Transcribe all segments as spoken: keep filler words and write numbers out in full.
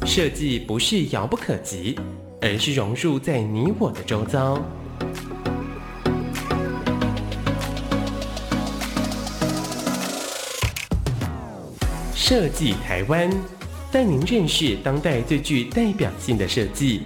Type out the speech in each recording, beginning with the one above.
设计不是遥不可及，而是融入在你我的周遭。设计台湾，带您认识当代最具代表性的设计。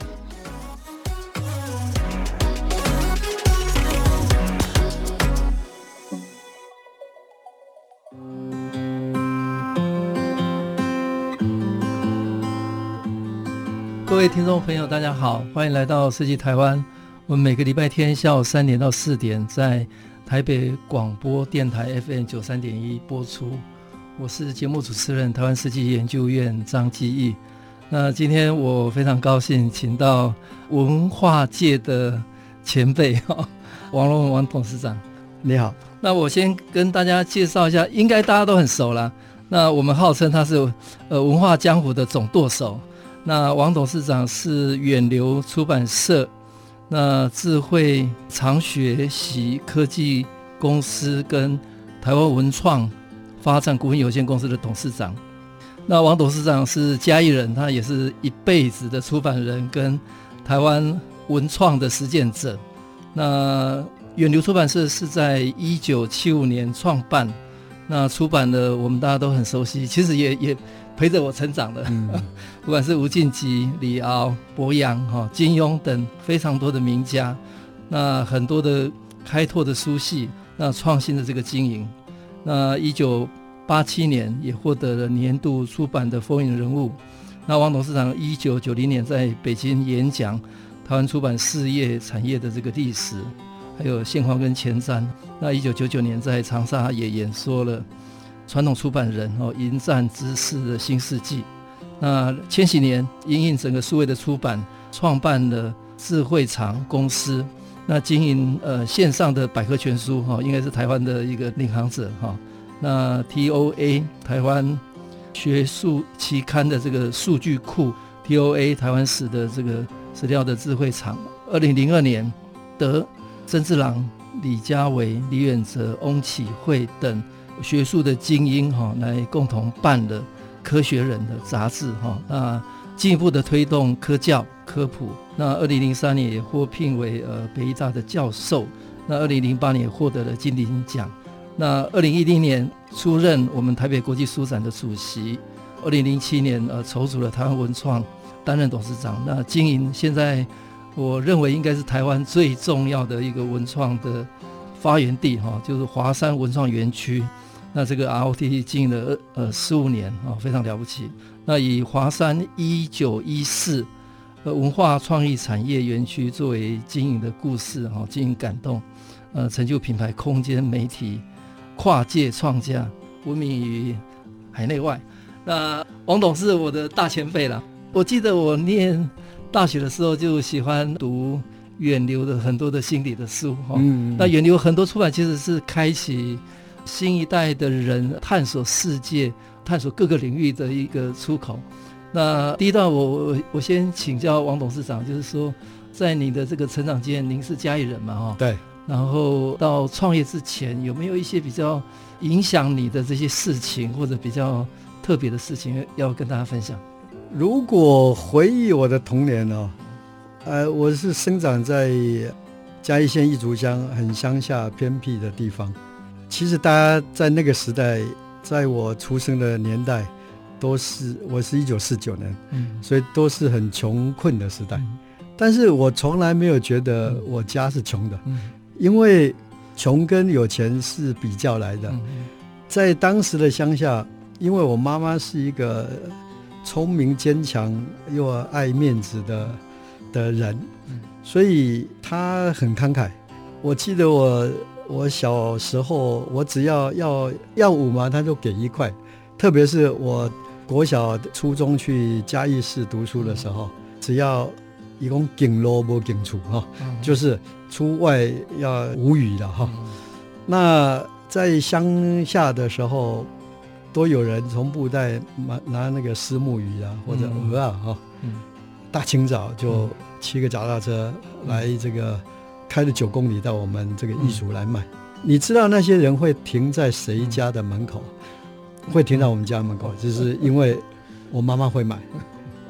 各位听众朋友大家好，欢迎来到设计台湾。我们每个礼拜天下午三点到四点在台北广播电台 F M 九十三点一 播出。我是节目主持人台湾设计研究院张基义。那今天我非常高兴请到文化界的前辈王荣文王董事长。 你好。 那我先跟大家介绍一下，应该大家都很熟啦。那我们号称他是呃文化江湖的总舵手。那王董事长是远流出版社那智慧长学习科技公司跟台湾文创发展股份有限公司的董事长。那王董事长是嘉义人，他也是一辈子的出版人跟台湾文创的实践者。那远流出版社是在一九七五年创办，那出版的我们大家都很熟悉，其实也也陪着我成长的、嗯、不管是吴敬梓、李敖、伯阳、金庸等非常多的名家，那很多的开拓的书系，那创新的这个经营。那一九八七年也获得了年度出版的风云人物。那王董事长一九九零年在北京演讲台湾出版事业产业的这个历史，还有现况跟前瞻。那一九九九年在长沙也演说了传统出版人哦，迎战知识的新世纪。那千禧年因应整个数位的出版，创办了智慧长公司，那经营呃线上的百科全书哈、哦，应该是台湾的一个领航者哈、哦。那 T O A 台湾学术期刊的这个数据库 T O A 台湾史的这个史料的智慧长，二零零二年得曾志郎、李家维、李远哲、翁启惠等学术的精英、哦、来共同办了科学人的杂志、哦、那进一步的推动科教科普。那二零零三年也获聘为、呃、北医大的教授。那二零零八年也获得了金鼎奖。那二零一零年出任我们台北国际书展的主席。二零零七年、呃、筹组了台湾文创，担任董事长。那经营现在我认为应该是台湾最重要的一个文创的发源地、哦、就是华山文创园区。那这个 R O T 经营了呃十五年、哦、非常了不起。那以华山一九一四呃文化创意产业园区作为经营的故事、哦、经营感动，呃成就品牌空间媒体跨界创价，闻名于海内外。那王董是我的大前辈啦，我记得我念大学的时候就喜欢读远流的很多的心理的书、哦嗯、那远流很多出版其实是开启新一代的人探索世界、探索各个领域的一个出口。那第一段我我我先请教王董事长，就是说在你的这个成长经验，您是嘉义人嘛、哦、 对， 然后到创业之前有没有一些比较影响你的这些事情，或者比较特别的事情要跟大家分享？ 如果回忆我的童年哦，呃，我是生长在嘉义县义竹乡很乡下偏僻的地方。其实大家在那个时代，在我出生的年代，都是我是一九四九年、嗯、所以都是很穷困的时代、嗯、但是我从来没有觉得我家是穷的、嗯、因为穷跟有钱是比较来的、嗯、在当时的乡下，因为我妈妈是一个聪明坚强又爱面子的的人、嗯、所以她很慷慨。我记得我我小时候，我只要要要五毛，他就给一块。特别是我国小、初中去嘉义市读书的时候，只要一共进路不进出哈，就是出外要无语了哈。那在乡下的时候，都有人从布袋拿那个虱目鱼啊或者鹅啊哈，大清早就骑个脚踏车来这个。开了九公里到我们这个义竹来卖、嗯、你知道那些人会停在谁家的门口、嗯、会停到我们家门口，就是因为我妈妈会买，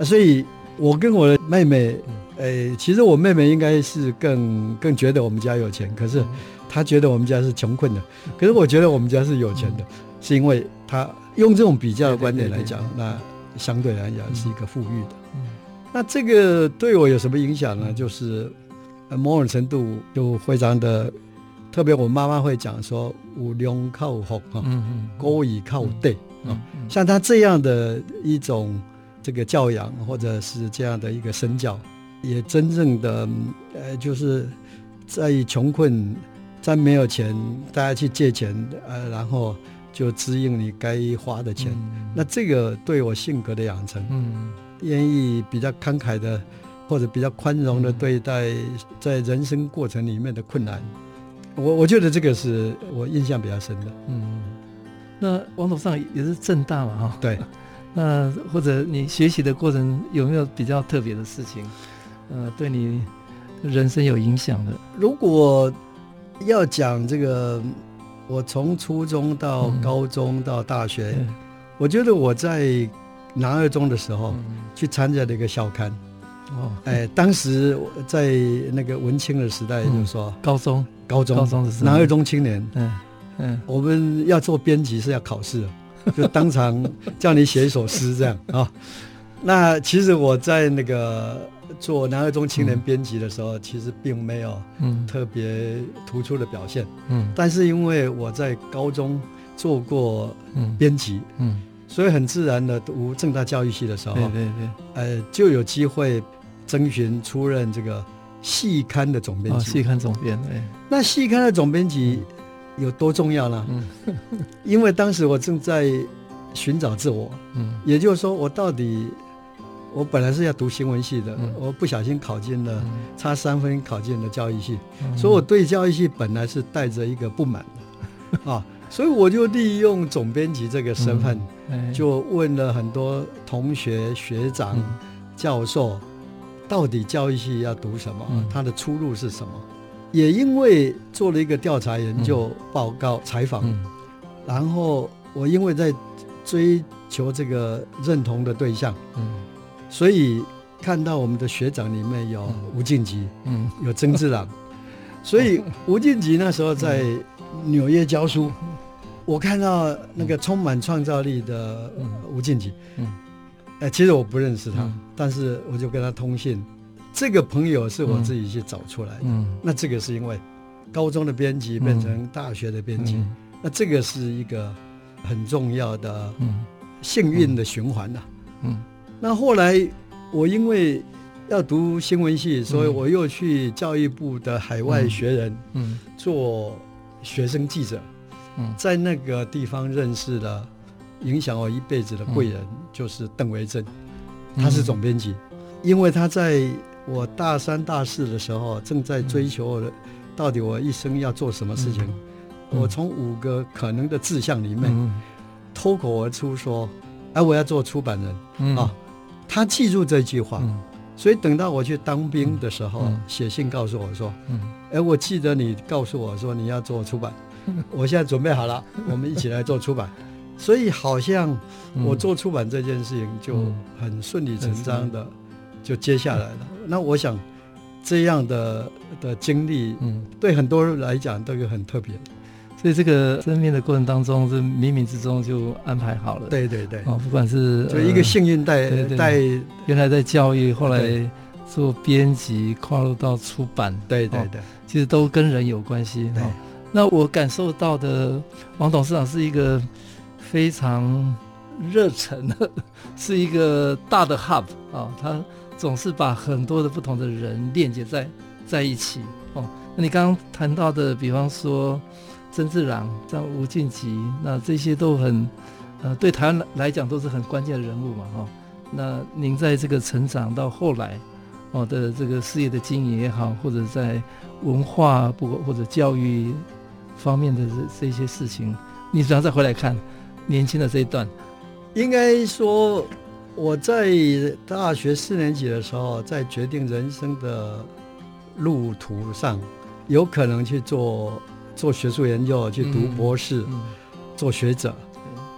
所以我跟我的妹妹，呃，其实我妹妹应该是更更觉得我们家有钱，可是她觉得我们家是穷困的，可是我觉得我们家是有钱的，是因为她用这种比较的观点来讲，那相对来讲是一个富裕的。那这个对我有什么影响呢？就是某种程度就非常的，特别我妈妈会讲说有量靠福哈，高以靠对啊，像她这样的一种这个教养，或者是这样的一个身教，也真正的呃，就是在穷困，在没有钱，大家去借钱，呃，然后就支应你该花的钱。嗯、那这个对我性格的养成，嗯，愿意比较慷慨的，或者比较宽容的对待在人生过程里面的困难，我我觉得这个是我印象比较深的。 嗯，那王董事长也是政大嘛，哈， 对。 那或者你学习的过程有没有比较特别的事情，呃，对你人生有影响的？ 如果要讲这个，我从初中到高中到大学，嗯、我觉得我在南二中的时候、嗯、去参加了一个校刊。哦，哎，当时在那个文青的时代，就是说、嗯、 高中高中高中的时候， 南二中青年， 嗯嗯， 我们要做编辑是要考试的。就当场叫你写一首诗这样啊、哦。那其实我在那个做南二中青年编辑的时候、嗯、其实并没有特别突出的表现，嗯，但是因为我在高中做过编辑，嗯，嗯所以很自然的读政大教育系的时候， 对对对， 呃，就有机会征询出任这个系刊的总编辑， 系刊总编，对， 那系刊的总编辑、嗯有多重要呢？嗯、因为当时我正在寻找自我，嗯，也就是说，我到底，我本来是要读新闻系的，嗯、我不小心考进了，嗯、差三分考进了教育系，嗯、所以我对教育系本来是带着一个不满的，啊，所以我就利用总编辑这个身份，嗯哎、就问了很多同学、学长、嗯、教授，到底教育系要读什么，嗯、它的出路是什么？也因为做了一个调查研究报告采访、嗯、然后我因为在追求这个认同的对象、嗯、所以看到我们的学长里面有吴敬吉、嗯、有曾志朗所以吴敬吉那时候在纽约教书，我看到那个充满创造力的吴敬吉、嗯呃、其实我不认识他、嗯、但是我就跟他通信，这个朋友是我自己去找出来的、嗯、那这个是因为高中的编辑变成大学的编辑、嗯、那这个是一个很重要的幸运的循环、啊嗯嗯、那后来我因为要读新闻系，所以我又去教育部的海外学人做学生记者、嗯、在那个地方认识了影响我一辈子的贵人、嗯、就是邓维正，他是总编辑、嗯、因为他在我大三大四的时候正在追求到底我一生要做什么事情、嗯、我从五个可能的志向里面、嗯、脱口而出说哎，我要做出版人、嗯啊、他记住这句话、嗯、所以等到我去当兵的时候、嗯、写信告诉我说、嗯、哎，我记得你告诉我说你要做出版、嗯、我现在准备好了我们一起来做出版所以好像我做出版这件事情就很顺理成章的就接下来了、嗯、那我想这样的的经历、嗯、对很多人来讲都是很特别的， 所以这个生命的过程当中是冥冥之中就安排好了， 对对对、 哦、不管是就一个幸运带、呃、带原来在教育，后来做编辑，跨入到出版， 对对对、哦、 其实都跟人有关系、哦、那我感受到的王董事长是一个非常热忱的，是一个大的 hub 啊、哦，他总是把很多的不同的人链接在在一起哦。那你刚刚谈到的，比方说曾志朗、像吴敬吉，那这些都很呃，对台湾来讲都是很关键的人物嘛哦。那您在这个成长到后来哦的这个事业的经营也好，或者在文化不或者教育方面的这这些事情，你只要再回来看年轻的这一段， 应该说我在大学四年级的时候，在决定人生的路途上，有可能去做做学术研究，去读博士，嗯嗯、做学者。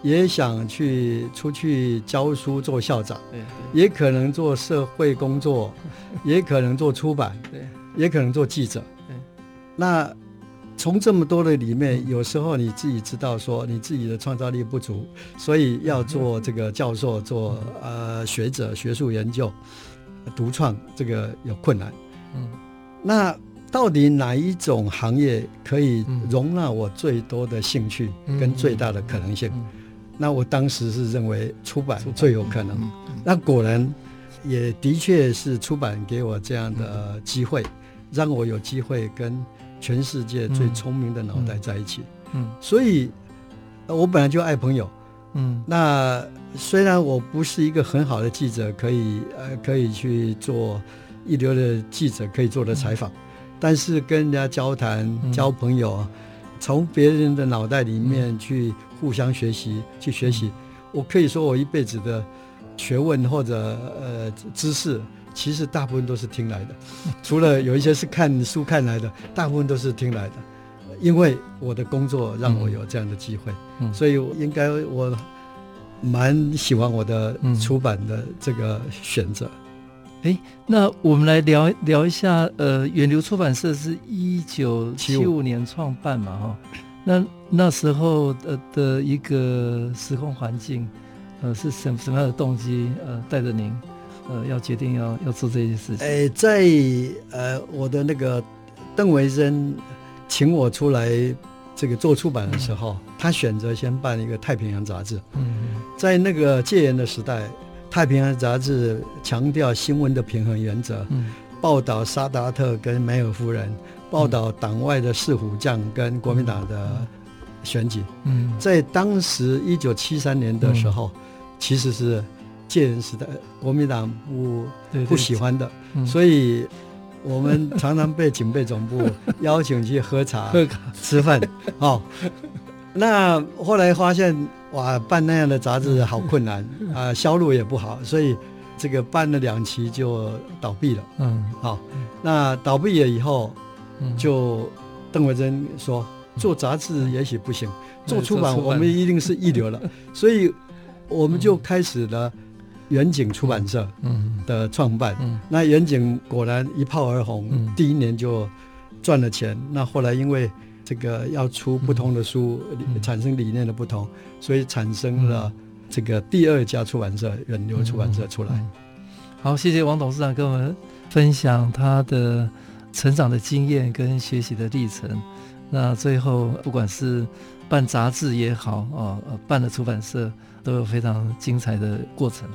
也想去出去教书做校长， 对对， 也可能做社会工作，也可能做出版， 对， 也可能做记者。 对， 那从这么多的里面，有时候你自己知道说你自己的创造力不足，所以要做这个教授，做呃学者、学术研究、独创，这个有困难。嗯，那到底哪一种行业可以容纳我最多的兴趣跟最大的可能性？那我当时是认为出版最有可能。那果然也的确是出版给我这样的机会，让我有机会跟全世界最聪明的脑袋在一起。嗯，所以我本来就爱朋友。嗯，那虽然我不是一个很好的记者，可以呃可以去做一流的记者可以做的采访，嗯，但是跟人家交谈、嗯、交朋友，从别人的脑袋里面去互相学习，嗯、去学习，我可以说我一辈子的学问或者呃知识。其实大部分都是听来的，除了有一些是看书看来的，大部分都是听来的。因为我的工作让我有这样的机会，嗯、所以应该我蛮喜欢我的出版的这个选择。 哎、嗯，那我们来聊聊一下，呃，远流出版社是一九七五年创办嘛，哈，那那时候的的一个时空环境，呃，是什什么样的动机，呃，带着您？呃，要决定要要做这件事情。 哎，在呃我的那个邓维珍请我出来这个做出版的时候，嗯、他选择先办一个太平洋杂志。嗯，在那个戒严的时代，太平洋杂志强调新闻的平衡原则，嗯、报道沙达特跟梅尔夫人，报道党外的四虎将跟国民党的选举。嗯，在当时一九七三年的时候，嗯、其实是。戒严时代，国民党不对对不喜欢的，嗯、所以我们常常被警备总部邀请去喝茶、喝吃饭。哦，那后来发现哇，办那样的杂志好困难啊、呃，销路也不好，所以这个办了两期就倒闭了。嗯，好、哦，那倒闭了以后，就邓维珍说，做杂志也许不行，做出版我们一定是一流了，所以我们就开始了。远景出版社的创办，嗯嗯、那远景果然一炮而红，嗯、第一年就赚了钱。那后来因为这个要出不同的书，嗯、产生理念的不同，所以产生了这个第二家出版社远流出版社出来。嗯嗯、 好，谢谢王董事长跟我们分享他的成长的经验跟学习的历程。那最后不管是办杂志也好，哦，办了出版社都有非常精彩的过程。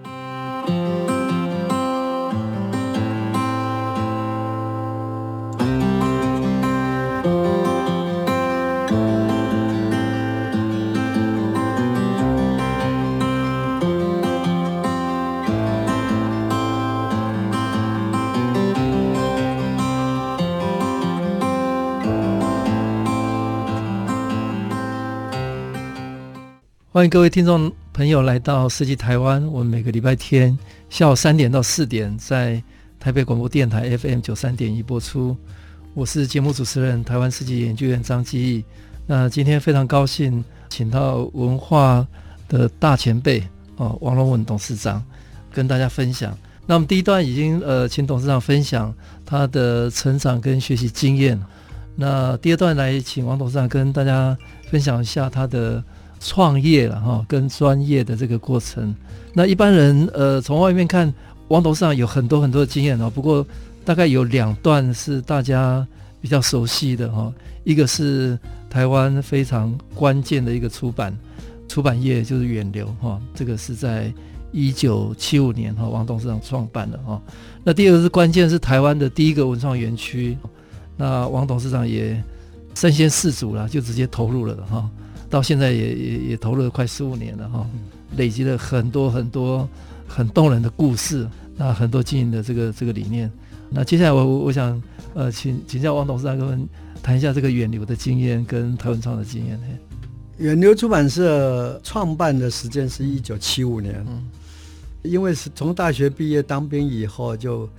欢迎各位听众朋友来到设计台湾，我们每个礼拜天下午三点到四点在台北广播电台 F M 九三点一播出。我是节目主持人台湾设计研究员张基义。那今天非常高兴请到文化的大前辈哦，王荣文董事长跟大家分享。那我们第一段已经呃请董事长分享他的成长跟学习经验。那第二段来请王董事长跟大家分享一下他的创业了哈，跟专业的这个过程。那一般人呃从外面看，王董事长有很多很多的经验哦，不过大概有两段是大家比较熟悉的哈。一个是台湾非常关键的一个出版出版业，就是远流哈，这个是在一九七五年哈王董事长创办的哈。那第二个是关键是台湾的第一个文创园区，那王董事长也身先士卒了，就直接投入了哈。到现在也也也投入了快十五年了哈，累积了很多很多很动人的故事，那很多经营的这个这个理念。那接下来我我想呃请请教王董事长跟我们谈一下这个远流的经验跟台湾创的经验。 远流出版社创办的时间是一九七五年，嗯、因为是从大学毕业当兵以后就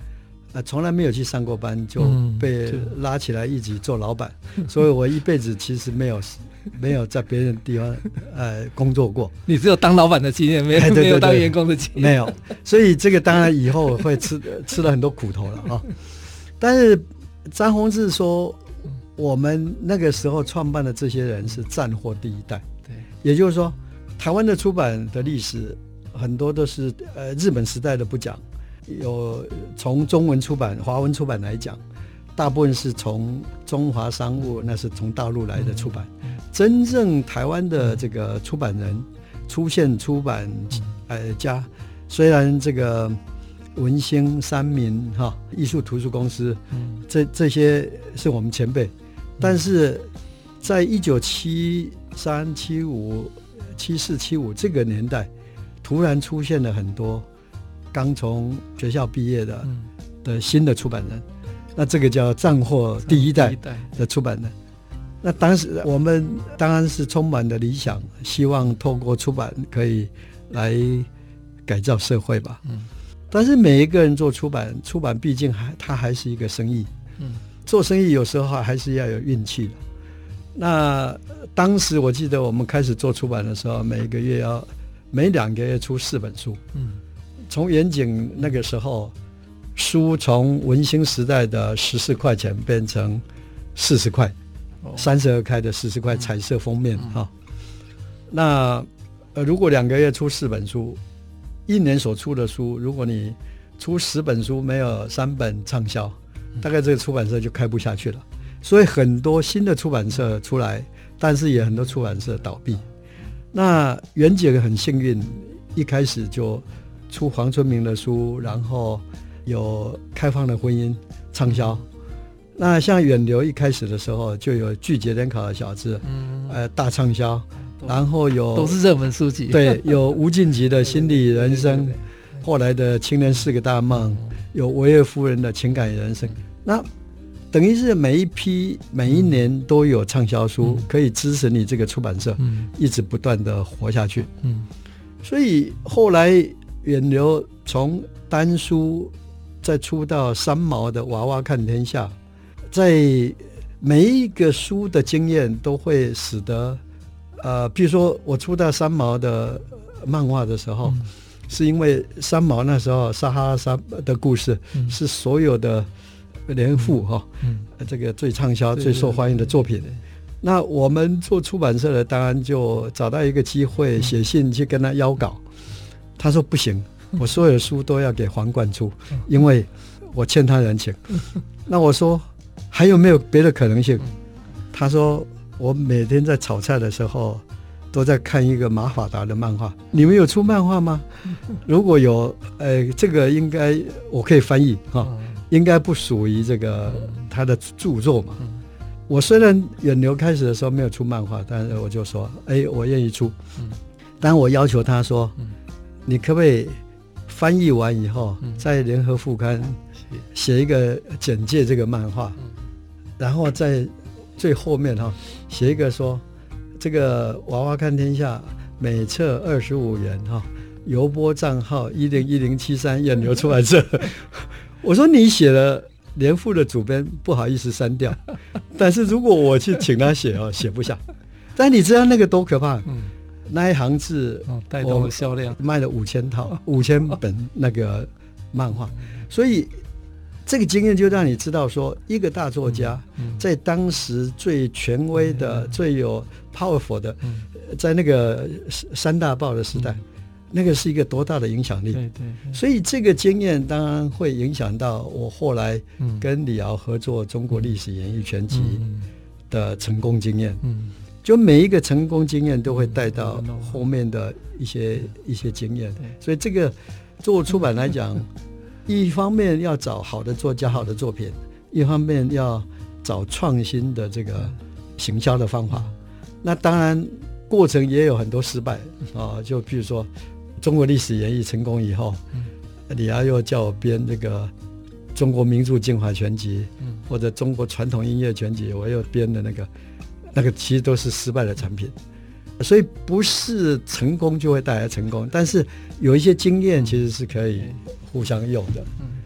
呃，从来没有去上过班，就被拉起来一起做老板，嗯、所以我一辈子其实没有没有在别人的地方呃工作过。 你只有当老板的经验，没有、哎、对对对没有当员工的经验， 没有。所以这个当然以后会吃吃了很多苦头了啊、哦。但是张宏志说，我们那个时候创办的这些人是战后第一代，对，也就是说，台湾的出版的历史很多都是呃日本时代的不讲。有从中文出版、华文出版来讲，大部分是从中华商务，那是从大陆来的出版。真正台湾的这个出版人出现出版呃家，虽然这个文兴、三民哈、艺术图书公司，这这些是我们前辈，但是在一九七三、七五、七四、七五这个年代，突然出现了很多。刚从学校毕业的、嗯、的新的出版人，那这个叫战后第一代的出版人。那当时我们当然是充满了理想，希望透过出版可以来改造社会吧。嗯、但是每一个人做出版，出版毕竟还它还是一个生意。嗯、做生意有时候还是要有运气的。那当时我记得我们开始做出版的时候，每个月要每两个月出四本书。嗯从远景那个时候，书从文兴时代的十四块钱变成四十块，三十二开的四十块彩色封面哈、嗯哦。那呃，如果两个月出四本书，一年所出的书，如果你出十本书，没有三本畅销，大概这个出版社就开不下去了。所以很多新的出版社出来，但是也很多出版社倒闭。那远景很幸运，一开始就。出黄春明的书，然后有开放的婚姻畅销。那像远流一开始的时候就有拒绝联考的小子，嗯、呃大畅销，然后有都是热门书籍， 对，有吴敬吉的心理人生，对对对对后来的青年四个大梦，有维尔夫人的情感人生。那等于是每一批每一年都有畅销书，嗯、可以支持你这个出版社、嗯、一直不断的活下去。嗯，所以后来。远流从单书再出到三毛的娃娃看天下，在每一个书的经验都会使得呃，比如说我出到三毛的漫画的时候、嗯、是因为三毛那时候撒哈拉沙的故事、嗯、是所有的连副哈、嗯哦嗯、这个最畅销最受欢迎的作品。那我们做出版社的当然就找到一个机会写信去跟他邀稿，他说不行，我所有的书都要给皇冠出，因为我欠他人情。那我说还有没有别的可能性？他说我每天在炒菜的时候都在看一个马法达的漫画，你们有出漫画吗？如果有，呃，这个应该我可以翻译哈，应该不属于这个他的著作嘛。我虽然远流开始的时候没有出漫画，但是我就说，哎，我愿意出。但我要求他说，你可不可以翻译完以后，嗯、在联合副刊写一个简介这个漫画，嗯、然后在最后面哈写一个说，这个娃娃看天下每册二十五元哈，邮拨账号一零一零七三远流出版社。我说你写了联副的主编不好意思删掉，但是如果我去请他写哦，写不下。但你知道那个多可怕？嗯那一行字带动了销量， 卖了五千套、五千本那个漫画，所以这个经验就让你知道说，一个大作家在当时最权威的、最有 powerful 的，在那个三大报的时代，那个是一个多大的影响力。对对。所以这个经验当然会影响到我后来跟李敖合作《中国历史演义全集》的成功经验。嗯。就每一个成功经验都会带到后面的一些一些经验，所以这个做出版来讲，一方面要找好的作家、好的作品，一方面要找创新的这个行销的方法。那当然过程也有很多失败啊，就比如说《中国历史演义》成功以后，李敖又叫我编这个《中国名著精华全集》，或者《中国传统音乐全集》，我又编的那个。那个其实都是失败的产品，所以不是成功就会带来成功，但是有一些经验其实是可以互相用的。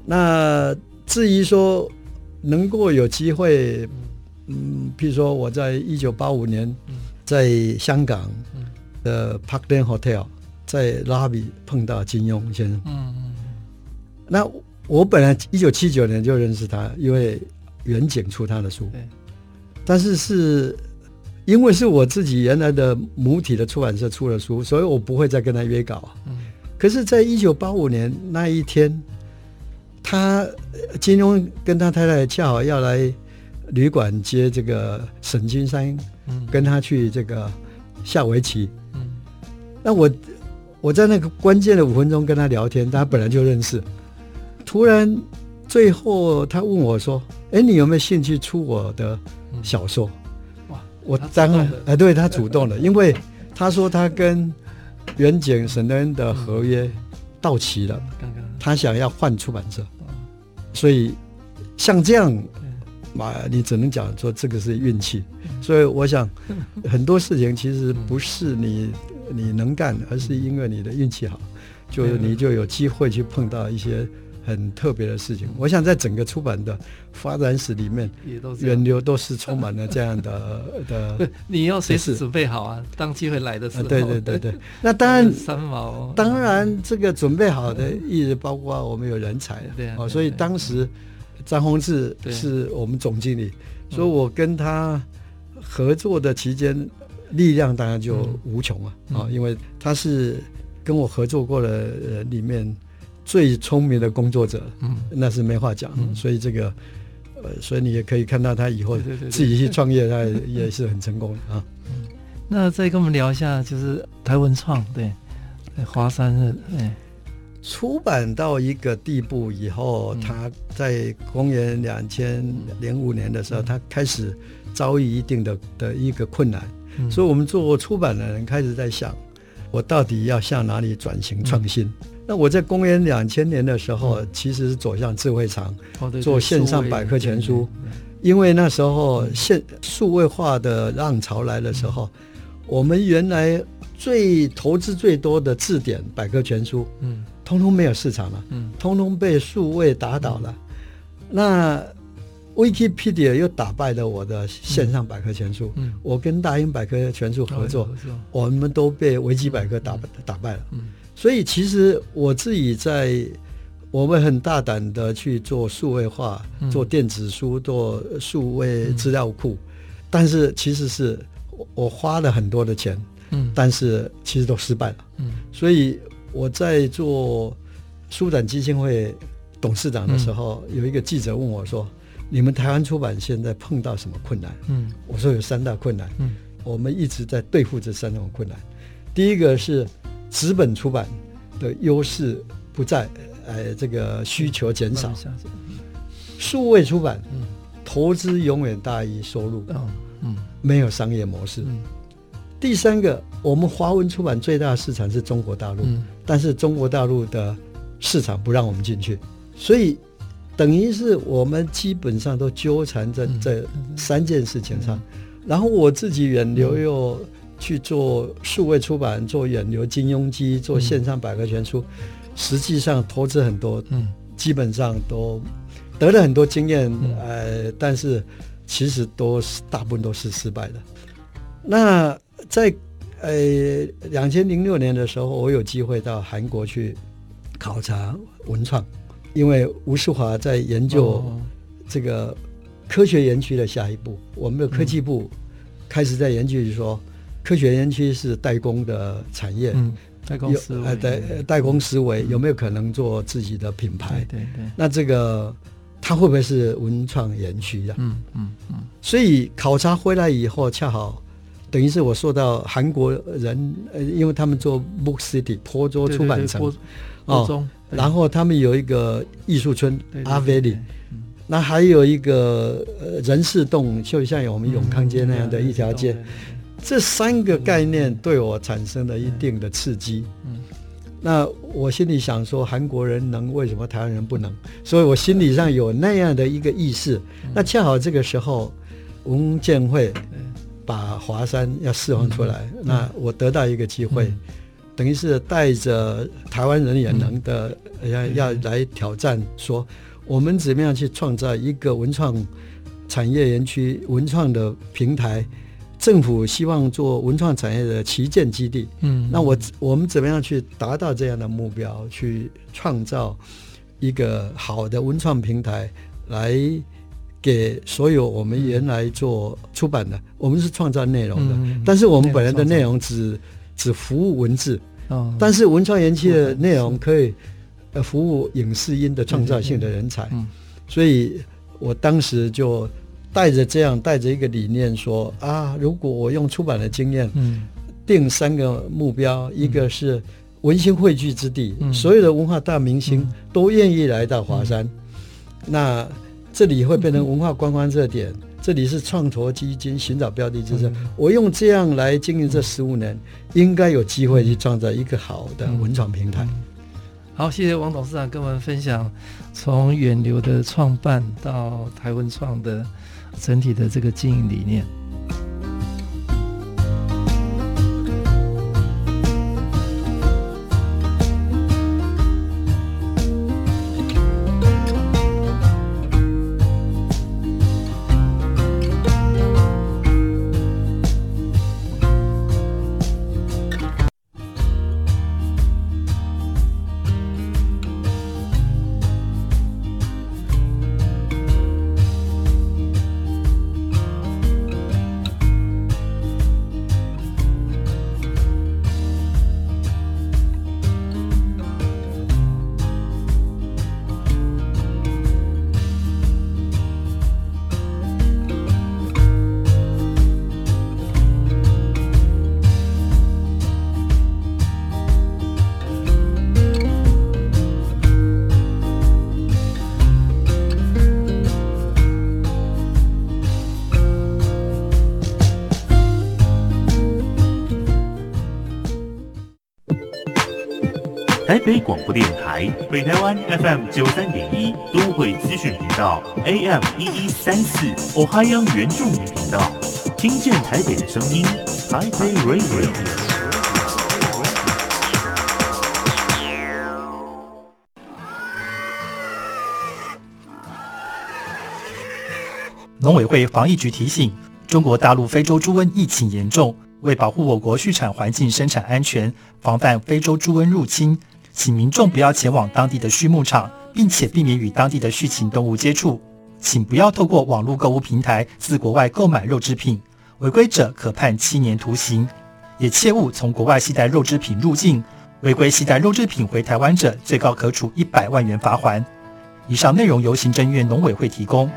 那至于说能够有机会，嗯，譬如说我在一九八五年在香港的 Parkland Hotel 在 lobby 碰到金庸先生，嗯嗯，那我本来一九七九年就认识他，因为远景出他的书，但是是因为是我自己原来的母体的出版社出了书，所以我不会再跟他约稿。嗯，可是，在一九八五年那一天，他金庸跟他太太恰好要来旅馆接这个沈君山，嗯，跟他去这个下围棋。嗯，那我我在那个关键的五分钟跟他聊天，他本来就认识。突然最后他问我说：“哎，你有没有兴趣出我的小说？”哇，我当然哎，对他主动的，因为他说他跟远景沈德恩的合约到期了，他想要换出版社，所以像这样嘛，你只能讲说这个是运气。所以我想很多事情其实不是你你能干，而是因为你的运气好，就你就有机会去碰到一些很特别的事情。我想在整个出版的发展史里面，远流都是充满了这样的的。 你要随时准备好啊，当机会来的时候。 对对对对，那当然三毛， 当然这个准备好的意思包括我们有人才，对啊，所以当时张宏志是我们总经理，所以我跟他合作的期间，力量当然就无穷啊，啊，因为他是跟我合作过的人里面最聪明的工作者，嗯，那是没话讲，嗯，所以这个，呃，所以你也可以看到他以后自己去创业，他也是很成功的啊。 嗯，那再跟我们聊一下，就是台文创，对，华山的，对， 出版到一个地步以后，嗯，他在公元两千零五年的时候，嗯，他开始遭遇一定的的一个困难，嗯，所以我们做出版的人开始在想，我到底要向哪里转型创新？嗯，那我在公元两千年的时候，嗯，其实是走向智慧场，哦，对对，做线上百科全书，因为那时候线数位化的浪潮来的时候，嗯，我们原来最投资最多的字典百科全书，嗯，通通没有市场了，嗯，通通被数位打倒了。嗯，那 Wikipedia 又打败了我的线上百科全书，嗯，我跟大英百科全书合作，嗯，我们都被维基百科打打败了，嗯，所以其实我自己在我们很大胆的去做数位化，嗯，做电子书，做数位资料库，嗯，但是其实是我花了很多的钱，嗯，但是其实都失败了，嗯，所以我在做书展基金会董事长的时候，嗯，有一个记者问我说，你们台湾出版现在碰到什么困难？嗯，我说有三大困难，嗯，我们一直在对付这三种困难。第一个是纸本出版的优势不在，呃，这个需求减少。数位出版，嗯，投资永远大于收入，嗯，没有商业模式。嗯，第三个，我们华文出版最大的市场是中国大陆，嗯，但是中国大陆的市场不让我们进去，所以等于是我们基本上都纠缠在这三件事情上，嗯，然后我自己远流又去做数位出版，做远流金庸机，做线上百科全书，嗯，实际上投资很多，嗯，基本上都得了很多经验，嗯，呃，但是其实都是大部分都是失败的。那在呃两千零六年的时候，我有机会到韩国去考察文创。因为吴世华在研究这个科学园区的下一步，我们的科技部开始在研究说，科学园区是代工的产业，嗯，代工思维，代代工思维有没有可能做自己的品牌？对 对, 对。那这个它会不会是文创园区啊？嗯嗯嗯。所以考察回来以后，恰好等于是我受到韩国人，呃，因为他们做 Book City 坡州出版城，对对对，坡州。然后他们有一个艺术村阿维里，那还有一个呃人事洞，就像我们永康街那样的一条街，嗯，这三个概念对我产生了一定的刺激。嗯，那我心里想说，韩国人能，为什么台湾人不能？所以我心理上有那样的一个意识。嗯，那恰好这个时候，文建会把华山要释放出来，嗯，那我得到一个机会。嗯， 等于是带着台湾人也能的、嗯、要, 要来挑战，说我们怎么样去创造一个文创产业园区、文创的平台。政府希望做文创产业的旗舰基地，嗯，那我我们怎么样去达到这样的目标，去创造一个好的文创平台，来给所有我们原来做出版的，我们是创造内容的，嗯、但是我们本来的内容只只服务文字，哦，但是文创园区的内容可以呃服务影视音的创造性的人才，嗯、所以我当时就。带着这样带着一个理念说啊，如果我用出版的经验、嗯、定三个目标，一个是文心汇聚之地、嗯、所有的文化大明星都愿意来到华山、嗯、那这里会变成文化观光热点、嗯、这里是创投基金寻找标的之处、嗯、我用这样来经营这十五年、嗯、应该有机会去创造一个好的文创平台、嗯、 好，谢谢王董事长跟我们分享从远流的创办到台文创的整体的这个经营理念。 台北广播电台北台湾 F M 九三点一都会资讯频道 A M 一一三四 Ohio 原住民频道，听见台北的声音，台北 Radio。 农委会防疫局提醒，中国大陆非洲猪瘟疫情严重，为保护我国畜产环境生产安全，防范非洲猪瘟入侵，请民众不要前往当地的畜牧场，并且避免与当地的畜禽动物接触。请不要透过网络购物平台自国外购买肉制品，违规者可判七年徒刑。也切勿从国外携带肉制品入境，违规携带肉制品回台湾者，最高可处一百万元罚锾。以上内容由行政院农委会提供。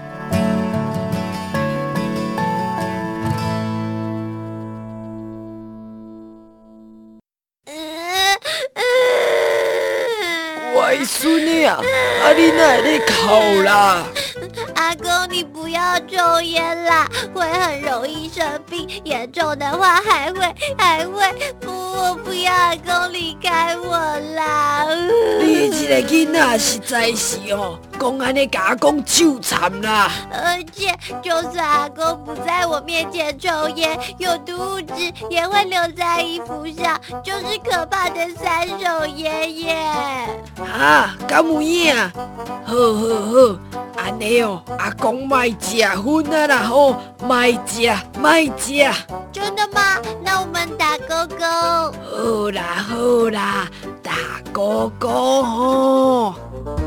乖孙女啊，啊你哪会在哭啦？ 阿公，你不要抽烟啦，会很容易生病，严重的话还会还会不，我不要阿公离开我啦。 你这个囡仔实在是哦，讲安尼甲阿公羞惨啦。 而且，就算阿公不在我面前抽烟，有毒物质也会留在衣服上，就是可怕的三手烟耶。 啊，敢有影？好好好，安尼哦。阿公卖食薰啊啦吼，卖食卖食。 真的吗？那我们打勾勾。 好啦好啦，打勾勾吼。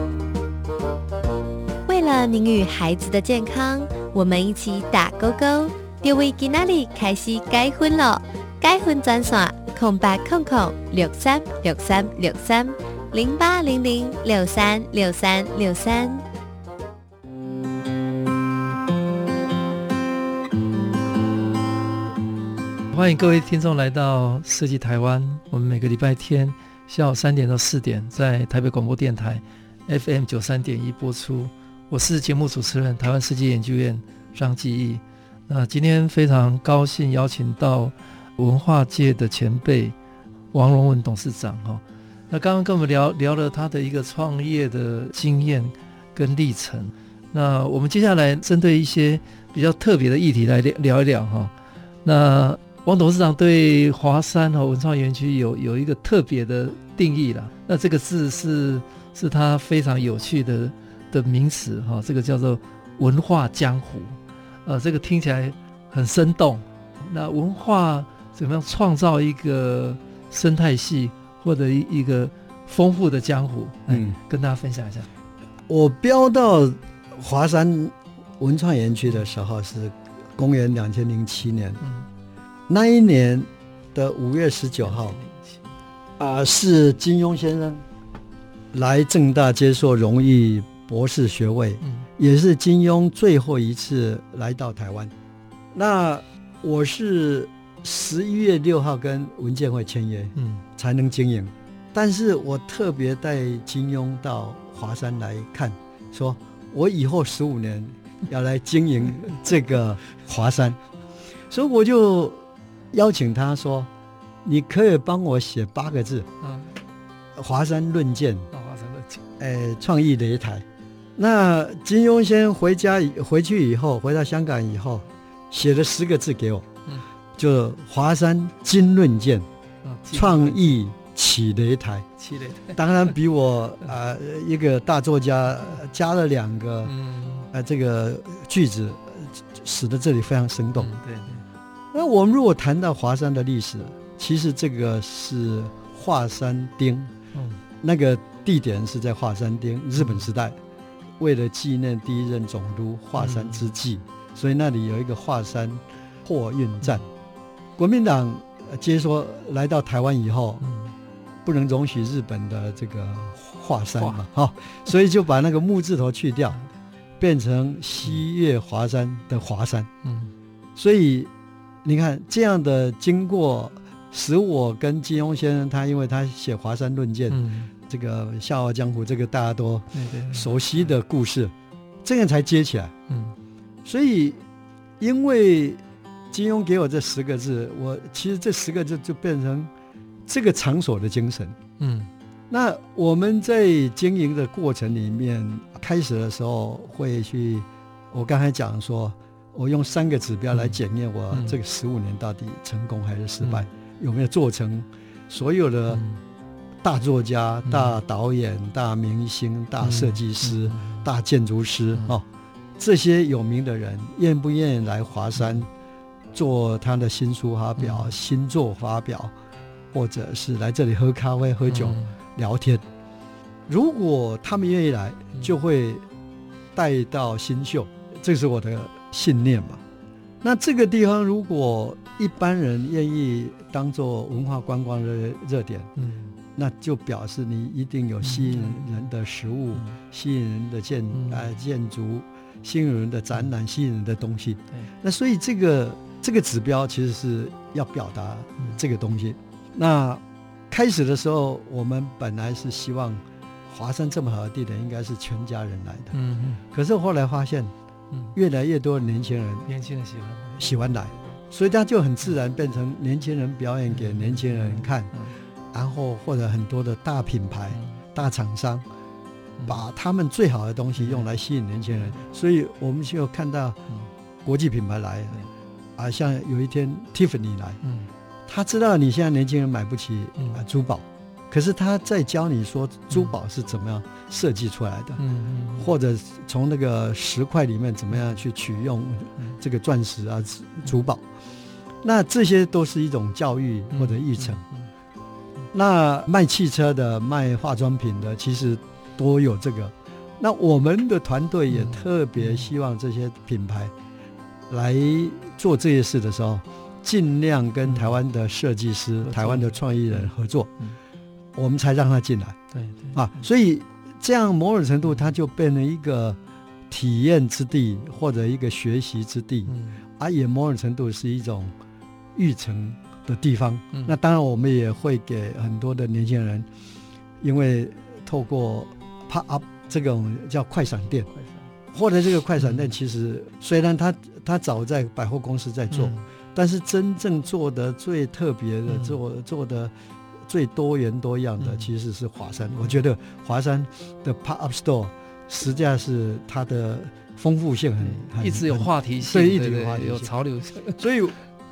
为了您与孩子的健康，我们一起打勾勾。就为今仔日开始改薰咯，改薰专线空八空空六三六三六三零八零零六三六三六三。 欢迎各位听众来到设计台湾，我们每个礼拜天下午三点到四点在台北广播电台 F M 九三点一播出。我是节目主持人台湾设计研究院张继义。那今天非常高兴邀请到文化界的前辈王荣文董事长哈。那刚刚跟我们聊聊了他的一个创业的经验跟历程。那我们接下来针对一些比较特别的议题来聊一聊哈。那王董事长对华山和文创园区有有一个特别的定义啦。那这个字是是他非常有趣的的名词哈，这个叫做文化江湖。呃，这个听起来很生动。那文化怎么样创造一个生态系或者一一个丰富的江湖？嗯，跟大家分享一下。 我标到华山文创园区的时候是公元两千零七年。嗯，那一年的五月十九号，啊、呃，是金庸先生来政大接受荣誉博士学位，嗯，也是金庸最后一次来到台湾。那我是十一月六号跟文建会签约，嗯，才能经营。但是我特别带金庸到华山来看，说我以后十五年要来经营这个华山，所以我就邀请他说，你可以帮我写八个字，嗯，华山论剑，哦，华山论剑，哎，创意擂台。那金庸先回家回去以后，回到香港以后，写了十个字给我，嗯，就华山金论剑，哦，创意起擂台，起擂台，当然比我呃一个大作家加了两个，嗯，呃这个句子，使得这里非常生动，嗯，对对。那我们如果谈到华山的历史，其实这个是华山町，嗯，那个地点是在华山町，日本时代，为了纪念第一任总督华山之际，嗯，所以那里有一个华山货运站。国民党接说来到台湾以后，嗯，不能容许日本的这个华山嘛，哦，所以就把那个木字头去掉，变成西岳华山的华山。嗯，所以你看这样的经过，使我跟金庸先生他，因为他写华山论剑，嗯，这个《笑傲江湖》这个大家都熟悉的故事，对对对，这样才接起来。嗯，所以因为金庸给我这十个字，我其实这十个字就变成这个场所的精神。嗯，那我们在经营的过程里面，开始的时候会去，我刚才讲说，我用三个指标来检验我这个十五年到底成功还是失败，嗯，有没有做成所有的大作家、嗯、大导演、大明星、大设计师、嗯、大建筑师，嗯，哦，这些有名的人愿不愿意来华山做他的新书发表、嗯、新作发表，或者是来这里喝咖啡喝酒、嗯、聊天。如果他们愿意来，就会带到新秀，这是我的信念嘛。那这个地方如果一般人愿意当做文化观光的热点，嗯，那就表示你一定有吸引人的食物、嗯、吸引人的建、嗯呃、建筑，吸引人的展览，吸引人的东西。那所以这个这个指标其实是要表达这个东西。那开始的时候，我们本来是希望华山这么好的地点应该是全家人来的，嗯嗯，可是后来发现，嗯，越来越多的年轻人，年轻人喜欢喜欢来，所以它就很自然变成年轻人表演给年轻人看，嗯嗯，然后或者很多的大品牌、嗯、大厂商，嗯，把他们最好的东西用来吸引年轻人，嗯，所以我们就看到国际品牌来，嗯，啊，像有一天 Tiffany 来，嗯，他知道你现在年轻人买不起，嗯呃、珠宝，可是他在教你说珠宝是怎么样设计出来的，嗯，或者从那个石块里面怎么样去取用这个钻石啊、珠宝，那这些都是一种教育或者育成。那卖汽车的、卖化妆品的，其实都有这个。那我们的团队也特别希望这些品牌来做这些事的时候，尽量跟台湾的设计师、台湾的创意人合作，嗯，我们才让他进来。对对啊，所以这样某种程度，它就变成一个体验之地或者一个学习之地，嗯，啊，也某种程度是一种育成的地方。嗯，那当然，我们也会给很多的年轻人，因为透过 pop up 这种叫快闪店，或者这个快闪店，其实虽然它它早在百货公司在做。嗯，但是真正做的最特别的，嗯，做做的最多元多样的，嗯，其实是华山。我觉得华山的 pop-up store 实际上是它的丰富性很，很一直有话题性， 对，一直有话题性， 有潮流性。 所以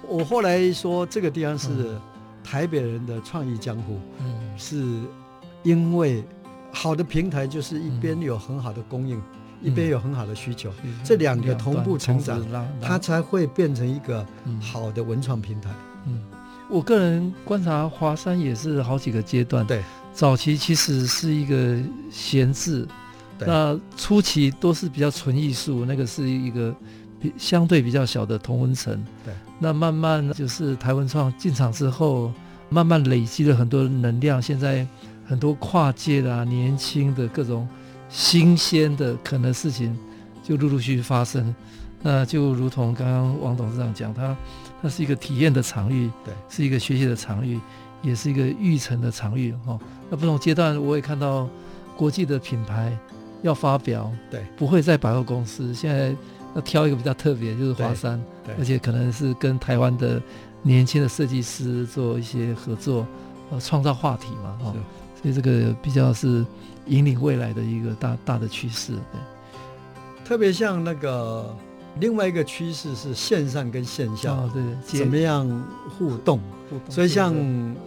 我后来说这个地方是台北人的创意江湖， 嗯， 是因为好的平台就是一边有很好的供应， 嗯、 一边有很好的需求，嗯、这两个同步成长，它才会变成一个好的文创平台。 嗯，我个人观察华山也是好几个阶段， 对， 早期其实是一个闲置，那初期都是比较纯艺术，那个是一个相对比较小的同温层， 对， 那慢慢就是台文创进场之后，慢慢累积了很多能量，现在很多跨界的、啊、年轻的各种新鲜的可能事情就陆陆续续发生。那就如同刚刚王董事长讲，它它是一个体验的场域， 对， 是一个学习的场域，也是一个育成的场域、哦、那不同阶段我也看到国际的品牌要发表， 对， 不会在百货公司，现在要挑一个比较特别，就是华山，而且可能是跟台湾的年轻的设计师做一些合作，呃，创造话题嘛、哦，所以这个比较是引领未来的一个大大的趋势。对， 特别像那个另外一个趋势是线上跟线下， 哦、对， 怎么样互动？ 互动， 所以像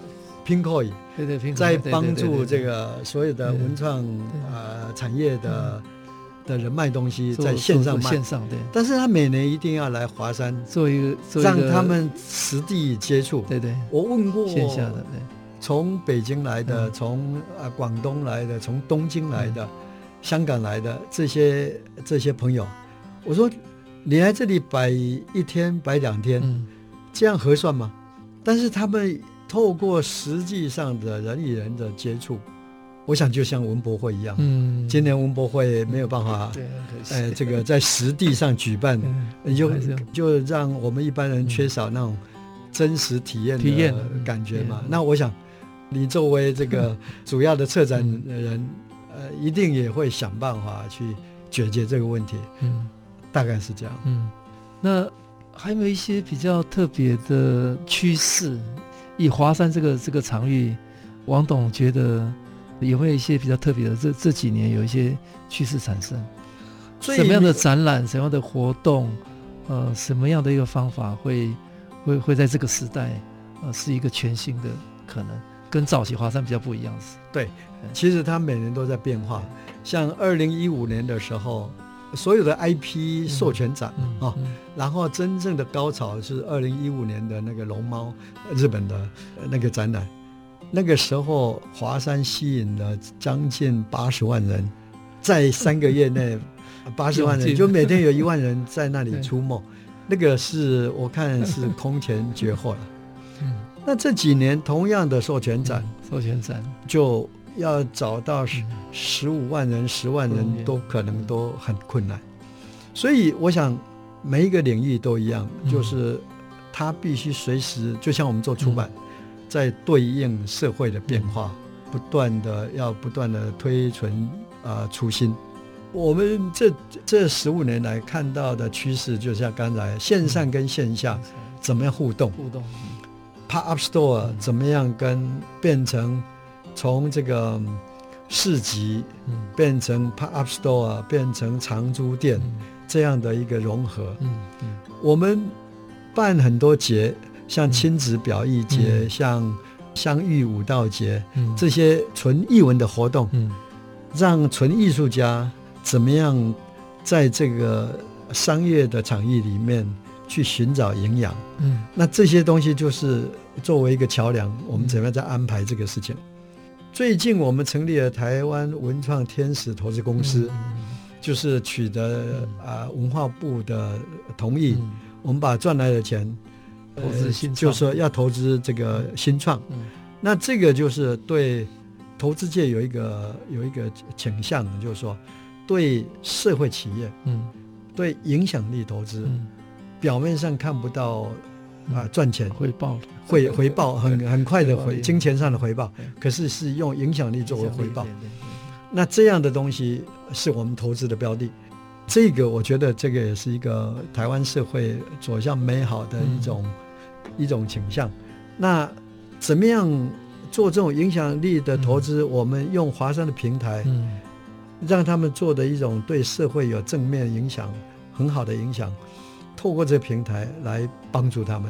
Pinkoi， 对对 Pinkoi 在帮助这个所有的文创呃产业的。的人卖东西在线上卖， 线上对， 但是他每年一定要来华山做一个，做一个让他们实地接触。 对对， 我问过线下的，对， 从北京来的，从啊广东来的，从东京来的，嗯、香港来的这些这些朋友，我说你来这里摆一天摆两天、嗯，这样合算吗？但是他们透过实际上的人与人的接触。我想就像文博会一样，嗯，今年文博会没有办法， 对， 呃，这个在实地上举办，嗯、就就让我们一般人缺少那种真实体验的感觉嘛。那我想，你作为这个主要的策展人，嗯、呃，一定也会想办法去解决这个问题。嗯，大概是这样。 嗯，那还有没有一些比较特别的趋势？以华山这个这个场域，王董觉得。有没有一些比较特别的？这这几年有一些趋势产生，什么样的展览、什么样的活动，呃，什么样的一个方法会会会在这个时代，呃，是一个全新的可能，跟早期华山比较不一样。 对，其实它每年都在变化。像二零一五年的时候，所有的 I P 授权展、嗯嗯哦嗯、然后真正的高潮是二零一五年的那个龙猫，日本的那个展览。那个时候华山吸引了将近八十万人，在三个月内八十万人就每天有一万人在那里出没，那个是我看是空前绝后了。嗯，那这几年同样的授权展、 嗯、授权展就要找到十五万人十万人都可能都很困难，所以我想每一个领域都一样，就是它必须随时，就像我们做出版、嗯在对应社会的变化，不断的要不断的推陈呃出新。我们这这十五年来看到的趋势，就像刚才线上跟线下怎么样互动， 互动 ，Pop Up Store 怎么样跟变成从这个市集、嗯、变成 Pop Up Store 变成长租店、嗯、这样的一个融合。嗯嗯、我们办很多节。像亲子表艺节、嗯、像相遇舞蹈节、嗯、这些纯艺文的活动、嗯、让纯艺术家怎么样在这个商业的场域里面去寻找营养、嗯、那这些东西就是作为一个桥梁，我们怎么样在安排这个事情、嗯、最近我们成立了台湾文创天使投资公司、嗯、就是取得、嗯呃、文化部的同意、嗯、我们把赚来的钱投资新创、呃、 就是说要投资这个新创、嗯、那这个就是对投资界有一个有一个倾向，就是说对社会企业、嗯、对影响力投资、嗯、表面上看不到啊赚钱回报会回报很很快的回金钱上的回报，可是是用影响力作为回报，那这样的东西是我们投资的标的。这个我觉得这个也是一个台湾社会走向美好的一种、嗯一种倾向。那怎么样做这种影响力的投资、嗯、我们用华山的平台、嗯、让他们做的一种对社会有正面影响很好的影响，透过这个平台来帮助他们，